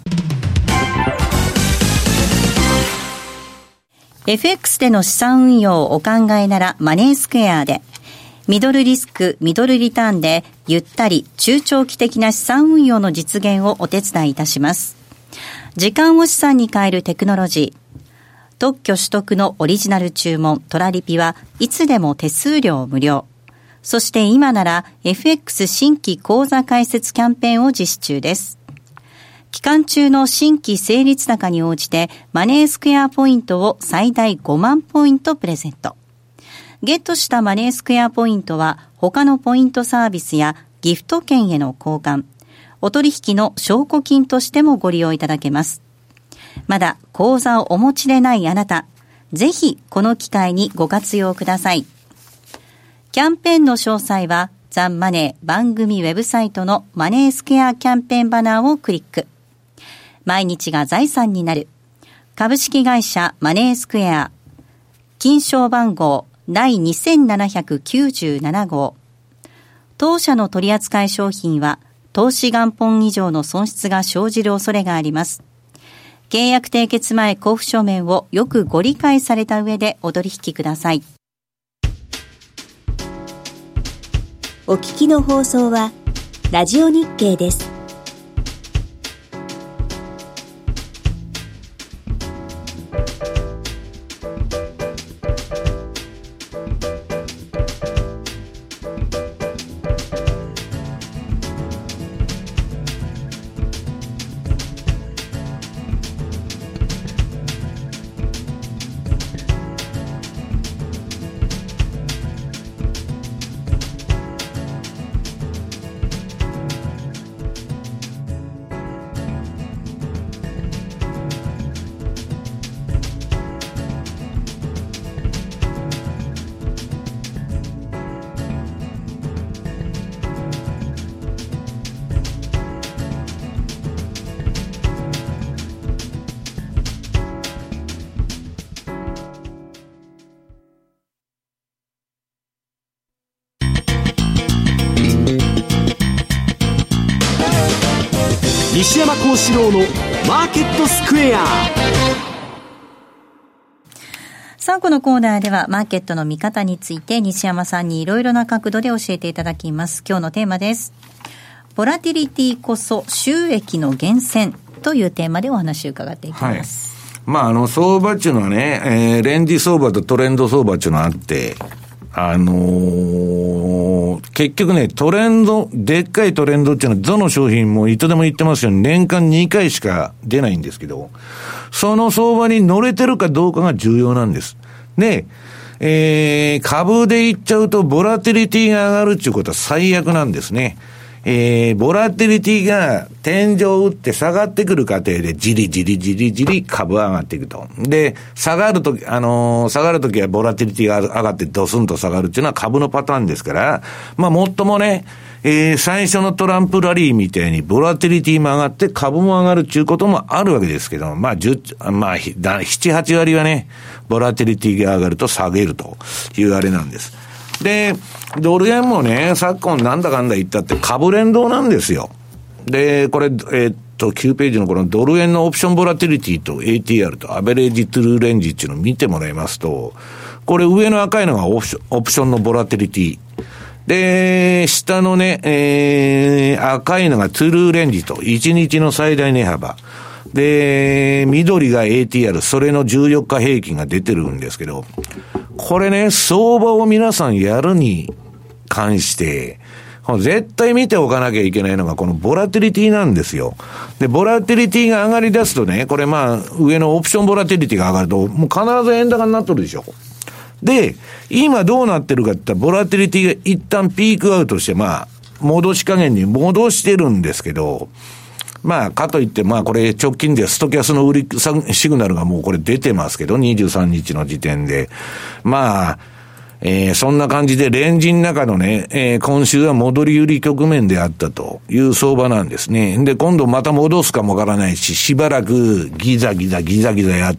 エフエックス での資産運用をお考えならマネースクエアで、ミドルリスク、ミドルリターンでゆったり中長期的な資産運用の実現をお手伝いいたします。時間を資産に変えるテクノロジー。特許取得のオリジナル注文トラリピはいつでも手数料無料。そして今なら エフエックス 新規口座開設キャンペーンを実施中です。期間中の新規成立高に応じてマネースクエアポイントを最大ごまんポイントプレゼント。ゲットしたマネースクエアポイントは他のポイントサービスやギフト券への交換、お取引の証拠金としてもご利用いただけます。まだ口座をお持ちでないあなた、ぜひこの機会にご活用ください。キャンペーンの詳細はザンマネー番組ウェブサイトのマネースクエアキャンペーンバナーをクリック。毎日が財産になる株式会社マネースクエア、金賞番号第にせんななひゃくきゅうじゅうなな号、 当社の取扱い商品は投資元本以上の損失が生じる恐れがあります。契約締結前交付書面をよくご理解された上でお取引ください。 お聞きの放送はラジオ日経です。 西山幸四郎のマーケットスクエア。 さあ、このコーナーではマーケットの見方について西山さんにいろいろな角度で教えていただきます。今日のテーマです。ボラティリティこそ収益の源泉というテーマでお話を伺っていきます。 はい、まあ、あの相場っていうのはね、えー、レンジ相場とトレンド相場っていうのがあって、あのー、結局ね、トレンド、でっかいトレンドっていうのはどの商品もいつでも言ってますように年間にかいしか出ないんですけど、その相場に乗れてるかどうかが重要なんです。で、えー、株で言っちゃうとボラティリティが上がるっていうことは最悪なんですね。えー、ボラティリティが天井を打って下がってくる過程でじりじりじりじり株は上がっていくと。で、下がるとき、あのー、下がるときはボラティリティが上がってドスンと下がるっていうのは株のパターンですから、まあ、もっともね、えー、最初のトランプラリーみたいにボラティリティも上がって株も上がるっていうこともあるわけですけど、まあ、10、まあ、なな、はち割はね、ボラティリティが上がると下げるというあれなんです。で、ドル円もね、昨今なんだかんだ言ったって株連動なんですよ。で、これ、えー、っと、きゅうページのこのドル円のオプションボラティリティと エーティーアール とアベレージトゥルーレンジっていうのを見てもらいますと、これ上の赤いのがオプション、オプションのボラティリティ。で、下のね、えー、赤いのがトゥルーレンジといちにちの最大値幅。で、緑が エーティーアール、それのじゅうよっか平均が出てるんですけど、これね、相場を皆さんやるに関して、絶対見ておかなきゃいけないのがこのボラティリティなんですよ。で、ボラティリティが上がり出すとね、これまあ、上のオプションボラティリティが上がると、もう必ず円高になっとるでしょ。で、今どうなってるかって言ったら、ボラティリティが一旦ピークアウトして、まあ、戻し加減に戻してるんですけど、まあ、かといって、まあ、これ直近でストキャスの売りシグナルがもうこれ出てますけど、にじゅうさんにちの時点で。まあ、えー、そんな感じでレンジの中のね、えー、今週は戻り売り局面であったという相場なんですね。で、今度また戻すかもわからないし、しばらくギザギザギザギザやって、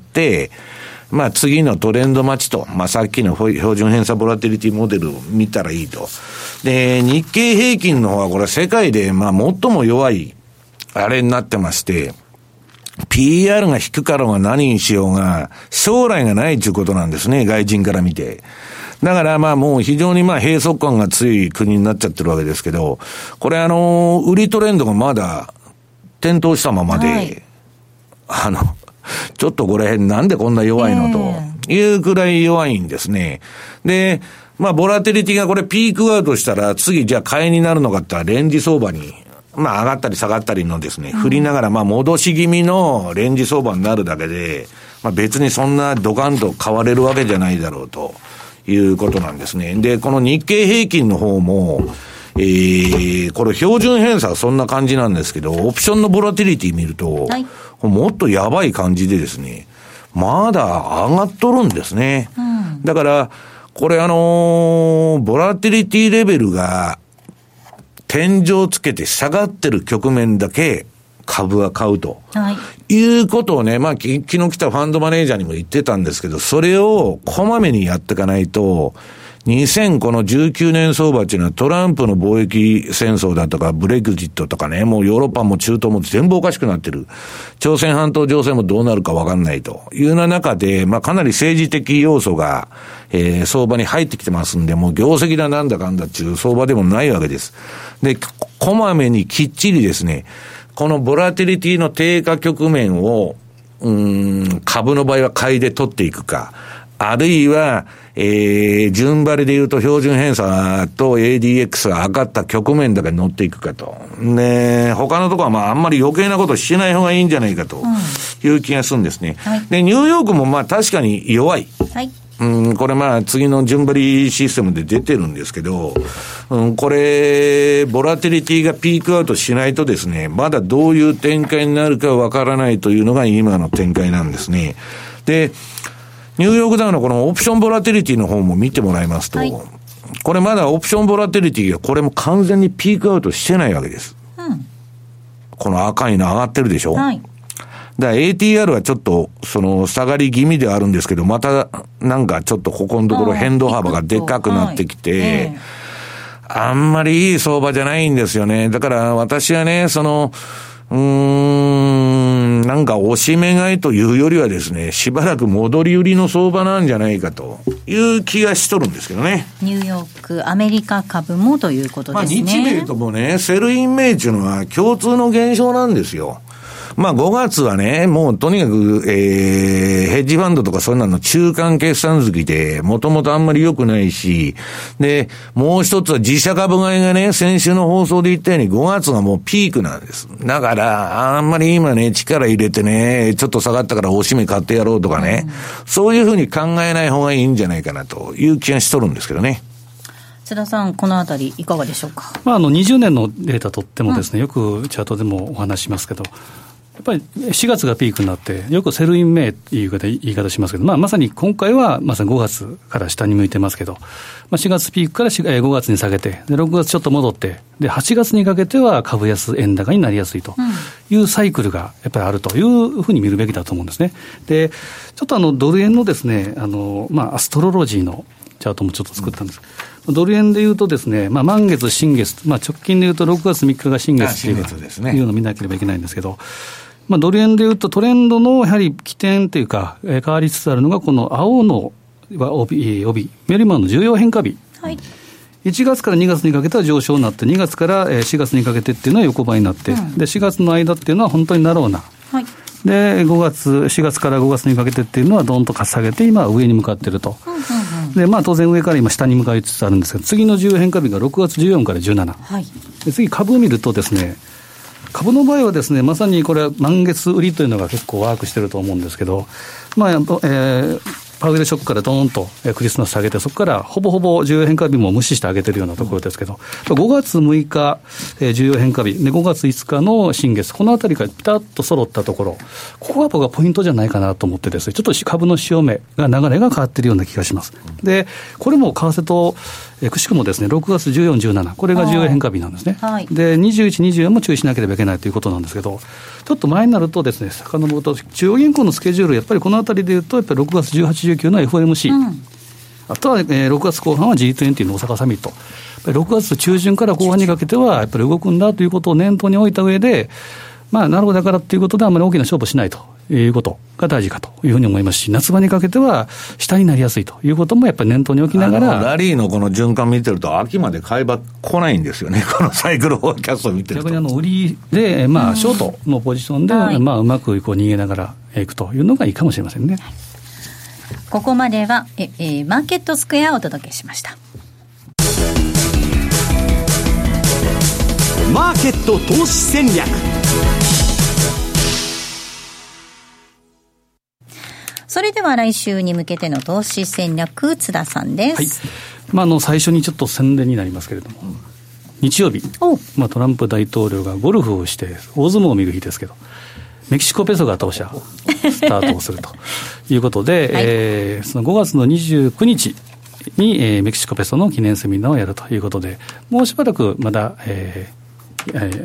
まあ次のトレンド待ちと、まあさっきの標準偏差ボラティリティモデルを見たらいいと。で、日経平均の方はこれ世界でまあ最も弱いあれになってまして、ピーアール が低かろうが何にしようが、将来がないということなんですね、外人から見て。だからまあもう非常にまあ閉塞感が強い国になっちゃってるわけですけど、これあの、売りトレンドがまだ点灯したままで、はい、あの、ちょっとこれなんでこんな弱いのというくらい弱いんですね。で、まあボラティリティがこれピークアウトしたら次じゃあ買いになるのかって言ったらレンジ相場に、まあ上がったり下がったりのですね、振りながらまあ戻し気味のレンジ相場になるだけで、まあ別にそんなドカンと買われるわけじゃないだろうということなんですね。で、この日経平均の方も、えー、これ標準偏差はそんな感じなんですけど、オプションのボラティリティ見ると、はい、もっとやばい感じでですね、まだ上がっとるんですね。うん、だから、これあのー、ボラティリティレベルが天井つけて下がってる局面だけ株は買うと。はい。いうことをね、まあ、昨日来たファンドマネージャーにも言ってたんですけど、それをこまめにやっていかないと、 にせんじゅうきゅうねん相場っていうのはトランプの貿易戦争だとかブレグジットとかね、もうヨーロッパも中東も全部おかしくなってる。朝鮮半島情勢もどうなるかわかんないというような中で、まあかなり政治的要素が、えー、相場に入ってきてますんで、もう業績だなんだかんだっていう相場でもないわけです。で、こまめにきっちりですね、このボラティリティの低下局面を、うーん、株の場合は買いで取っていくか、あるいは、えー、順張りで言うと標準偏差と エーディーエックス が上がった局面だけ乗っていくかと。ね、他のところはまああんまり余計なことしない方がいいんじゃないかという気がするんですね。うんはい、で、ニューヨークもまあ確かに弱い。はい。うん、これまあ次の順張りシステムで出てるんですけど、うん、これ、ボラティリティがピークアウトしないとですね、まだどういう展開になるかわからないというのが今の展開なんですね。で、ニューヨークダウのこのオプションボラティリティの方も見てもらいますと、はい、これまだオプションボラティリティがこれも完全にピークアウトしてないわけです。うん、この赤いの上がってるでしょ。はい、だから エーティーアール はちょっとその下がり気味ではあるんですけど、またなんかちょっとここのところ変動幅がでかくなってきて、はいえー、あんまりいい相場じゃないんですよね。だから私はね、そのうーん、なんか押し目買いというよりはですね、しばらく戻り売りの相場なんじゃないかという気がしとるんですけどね。 ニューヨーク、アメリカ株もということですね。 まあ日米ともね、セルインメイっていうのは共通の現象なんですよ。まあごがつはね、もうとにかく、えー、ヘッジファンドとかそんなの中間決算月で、もともとあんまり良くないし、で、もう一つは自社株買いがね、先週の放送で言ったようにごがつがもうピークなんです。だから、あんまり今ね、力入れてね、ちょっと下がったからおしめ買ってやろうとかね、うん、そういうふうに考えない方がいいんじゃないかなという気がしとるんですけどね。 津田さん、このあたりいかがでしょうか。 まあ、あのにじゅうねんのデータとってもですね、うん、よくチャートでもお話しますけど、やっぱりしがつがピークになって、よくセルインメイっていう言い方しますけど、まあ、まさに今回はまさにごがつから下に向いてますけど、まあ、しがつピークからごがつに下げて、でろくがつちょっと戻って、ではちがつにかけては株安円高になりやすいというサイクルがやっぱりあるというふうに見るべきだと思うんですね。でちょっとあのドル円のですね、あの、まあ、アストロロジーのチャートもちょっと作ったんです。うん、ドル円でいうとですね、まあ、満月、新月、まあ、直近でいうとろくがつみっかが新月というのを見なければいけないんですけど、まあ、ドル円でいうとトレンドのやはり起点というか、えー、変わりつつあるのがこの青の帯、帯メルマンの重要変化日、はい、いちがつからにがつにかけては上昇になって、にがつからしがつにかけてっていうのは横ばいになって、うん、でしがつの間っていうのは本当にナローな、はい、でごがつしがつからごがつにかけてっていうのはどんと下げて今は上に向かっていると、うんうんうん、でまあ当然上から今下に向かいつつあるんですが、次の重要変化日がろくがつじゅうよっかからじゅうしち、はい、で次株を見るとですね、株の場合はですね、まさにこれは満月売りというのが結構ワークしてると思うんですけど、まあ、えー、パウエルショックからドーンとクリスマス上げて、そこからほぼほぼ重要変化日も無視して上げてるようなところですけど、ごがつむいか、えー、重要変化日でごがついつかの新月、このあたりがピタッと揃ったところ、ここが僕はポイントじゃないかなと思ってですね、ちょっと株の潮目が流れが変わっているような気がします。でこれも為替とえくしくもですね、ろくがつじゅうよっか、じゅうしちこれが重要変化日なんですね、はい、でにじゅういち、にじゅうよんも注意しなければいけないということなんですけど、ちょっと前になるとですね、遡ると中央銀行のスケジュール、やっぱりこのあたりでいうとやっぱりろくがつじゅうはち、じゅうきゅうの エフオーエムシー、うん、あとは、えー、ろくがつこう半は ジートゥエンティー の大阪サミット、やっぱりろくがつ中旬から後半にかけてはやっぱり動くんだということを念頭に置いた上で、まあなるほどだからということであまり大きな勝負しないということが大事かというふうに思いますし、夏場にかけては下になりやすいということもやっぱり念頭に置きながら、 ラリーのこの循環見てると秋まで買い場来ないんですよね、このサイクルフォーキャストを見てると。 逆にあの売りで、まあ、ショートのポジションで、うん、まあ、うまくこう逃げながらいくというのがいいかもしれませんね。 ここまではえ、えー、マーケットスクエアをお届けしました。 マーケット投資戦略。 それでは来週に向けての投資戦略、津田さんです。はい、 まあ、あの最初にちょっと宣伝になりますけれども、うん、日曜日、まあ、トランプ大統領がゴルフをして大相撲を見る日ですけど、メキシコペソが当社スタートをするということで、はい、えー、そのごがつのにじゅうくにちに、えー、メキシコペソの記念セミナーをやるということで、もうしばらくまだ、えーえー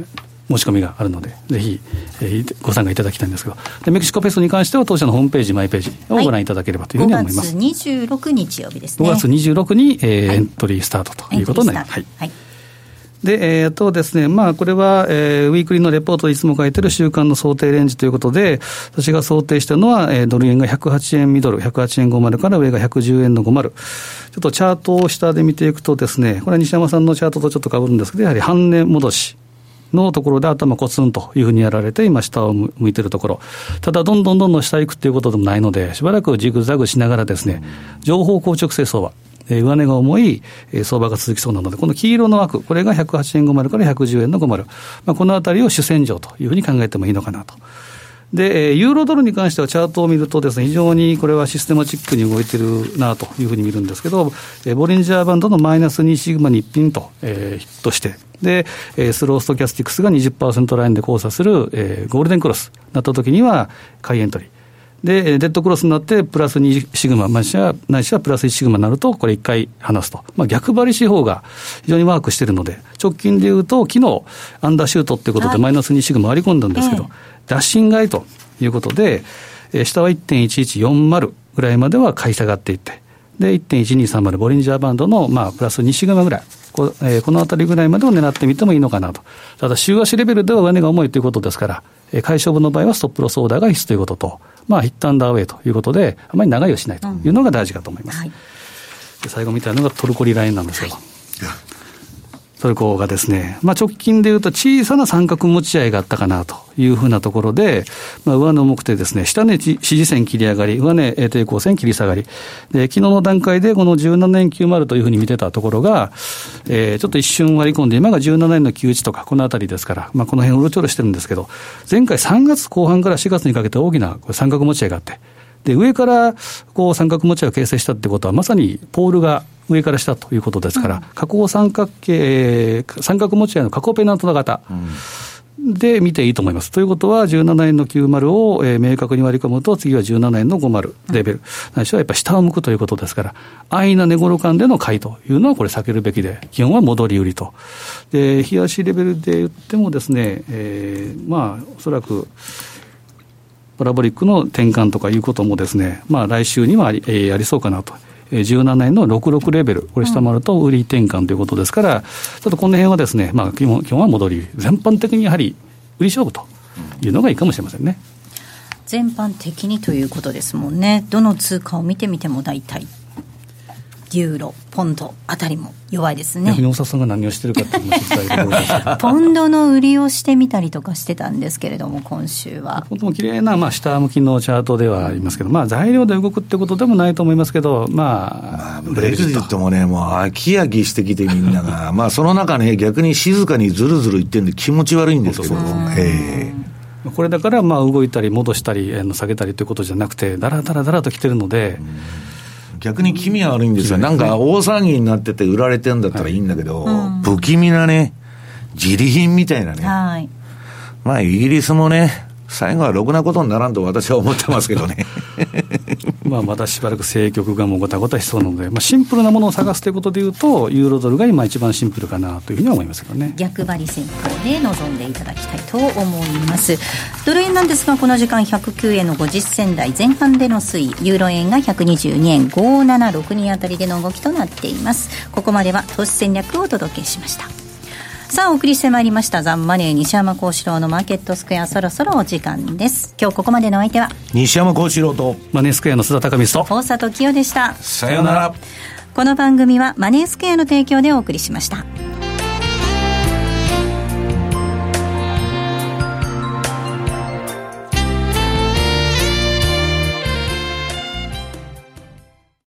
申し込みがあるのでぜひ、えー、ご参加いただきたいんですけど、でメキシコペソに関しては当社のホームページマイページをご覧いただければというふうに思います、 はい、ごがつにじゅうろくにち曜日ですね。 ごがつにじゅうろくに、えーはい、エントリースタートということになります。はい、はいで、えー、とですね、まあ、これは、えー、ウィークリーのレポートでいつも書いてる週間の想定レンジということで、私が想定しているのは、えー、ドル円がひゃくはちえんミドル、ひゃくはちえんごじゅうから上がひゃくじゅうえんのごじゅう。ちょっとチャートを下で見ていくとですね、これは西山さんのチャートとちょっと被るんですけど、やはり半値戻しのところで頭コツンというふうにやられて、今下を向いているところ。ただ、どんどんどんどん下行くということでもないので、しばらくジグザグしながらですね、情報硬直性相場。えー、上値が重い、えー、相場が続きそうなので、この黄色の枠、これがひゃくはちえんごじゅうからひゃくじゅうえんのごじゅう、まあ、このあたりを主戦場というふうに考えてもいいのかなと。で、えー、ユーロドルに関してはチャートを見るとですね、非常にこれはシステマチックに動いてるなというふうに見るんですけど、えー、ボリンジャーバンドのマイナスにシグマにピンと、えー、ヒットして、で、えー、スローストキャスティクスが にじゅっパーセント ラインで交差する、えー、ゴールデンクロスになった時には買いエントリー。で、デッドクロスになって、プラスにシグマ、ないしは、ないしはプラスいちシグマになると、これいっかい離すと。まあ、逆張り手法が非常にワークしているので、直近でいうと、昨日、アンダーシュートっていうことで、マイナスにシグマ割り込んだんですけど、はい、ダッシン買いということで、えー、下は いってんいちいちよんまる ぐらいまでは買い下がっていって、で、いってんいちにさんまる ボリンジャーバンドの、まあ、プラスにシグマぐらい。こ, えー、このあたりぐらいまでを狙ってみてもいいのかなと。ただ、週足レベルでは上値が重いということですから、えー、買い勝負の場合はストップロスオーダーが必須ということと、まあ、ヒットアンダーウェイということで、あまり長いをしないというのが大事かと思います。うんはい、で最後みたいなのがトルコリラインなんですけど、はい、トルコがですね、まあ、直近でいうと小さな三角持ち合いがあったかなというふうなところで、まあ、上値重くてですね、下値支持線切り上がり、上値抵抗線切り下がり、で昨日の段階でこのじゅうななえんきゅうじゅうというふうに見てたところが、えー、ちょっと一瞬割り込んで、今がじゅうななえんのきゅうじゅういちとかこのあたりですから、まあ、この辺うろちょろしてるんですけど、前回さんがつこう半からしがつにかけて大きなこれ三角持ち合いがあって、で上からこう三角持ち合いを形成したってことは、まさにポールが上から下ということですから、うん、下降三角形、三角持ち合いの下降ペナント型で見ていいと思います。ということはじゅうななえんのきゅうじゅうを、えー、明確に割り込むと、次はじゅうななえんのごじゅうレベル、ないしはやっぱり下を向くということですから、安易な値頃間での買いというのはこれ避けるべきで、基本は戻り売りと。で、日足レベルで言ってもですね、えー、まあおそらくパラボリックの転換とかいうこともですね、まあ来週にはあり、えー、ありそうかなと。じゅうななえんのろくじゅうろくレベル、これ下回ると売り転換ということですから、うん、ちょっとこの辺はですね、まあ基本、基本は戻り、全般的にやはり売り勝負というのがいいかもしれませんね。 全般的にということですもんね。どの通貨を見てみても大体ユーロ、ポンドあたりも弱いですね。 逆に大沢さんが何をしてるかっていうのを知りたいところですポンドの売りをしてみたりとかしてたんですけれども、今週はポンドも綺麗な、まあ、下向きのチャートではありますけど、まあ、材料で動くってことでもないと思いますけど、まあ、 ブレグジットもね、もう飽き飽きしてきてみんながまあその中ね、逆に静かにずるずるいってるんで気持ち悪いんですけど、えー、これだからまあ動いたり戻したり下げたりということじゃなくて、だらだらだらと来てるので、 逆に気味悪いんですよ。なんか大騒ぎになってて売られてんだったらいいんだけど、はい、うん、不気味なね、自利品みたいなね、はい、まあイギリスもね、最後はろくなことにならんと私は思ってますけどねまあまだしばらく政局がもうごたごたしそうなので、まあ、シンプルなものを探すということでいうと、ユーロドルが今一番シンプルかなというふうには思いますけどね。 逆張り戦法で臨んでいただきたいと思います。ドル円なんですが、この時間ひゃくきゅうえんのごじゅっ銭台前半での推移、ユーロ円がひゃくにじゅうにえんごじゅうななろくにあたりでの動きとなっています。ここまでは投資戦略をお届けしました。さあお送りしてまいりましたザンマネー西山幸四郎のマーケットスクエア、そろそろお時間です。今日ここまでのお相手は西山幸四郎とマネースクエアの須田貴光と大里清でした。 さようなら。 この番組はマネースクエアの提供でお送りしました。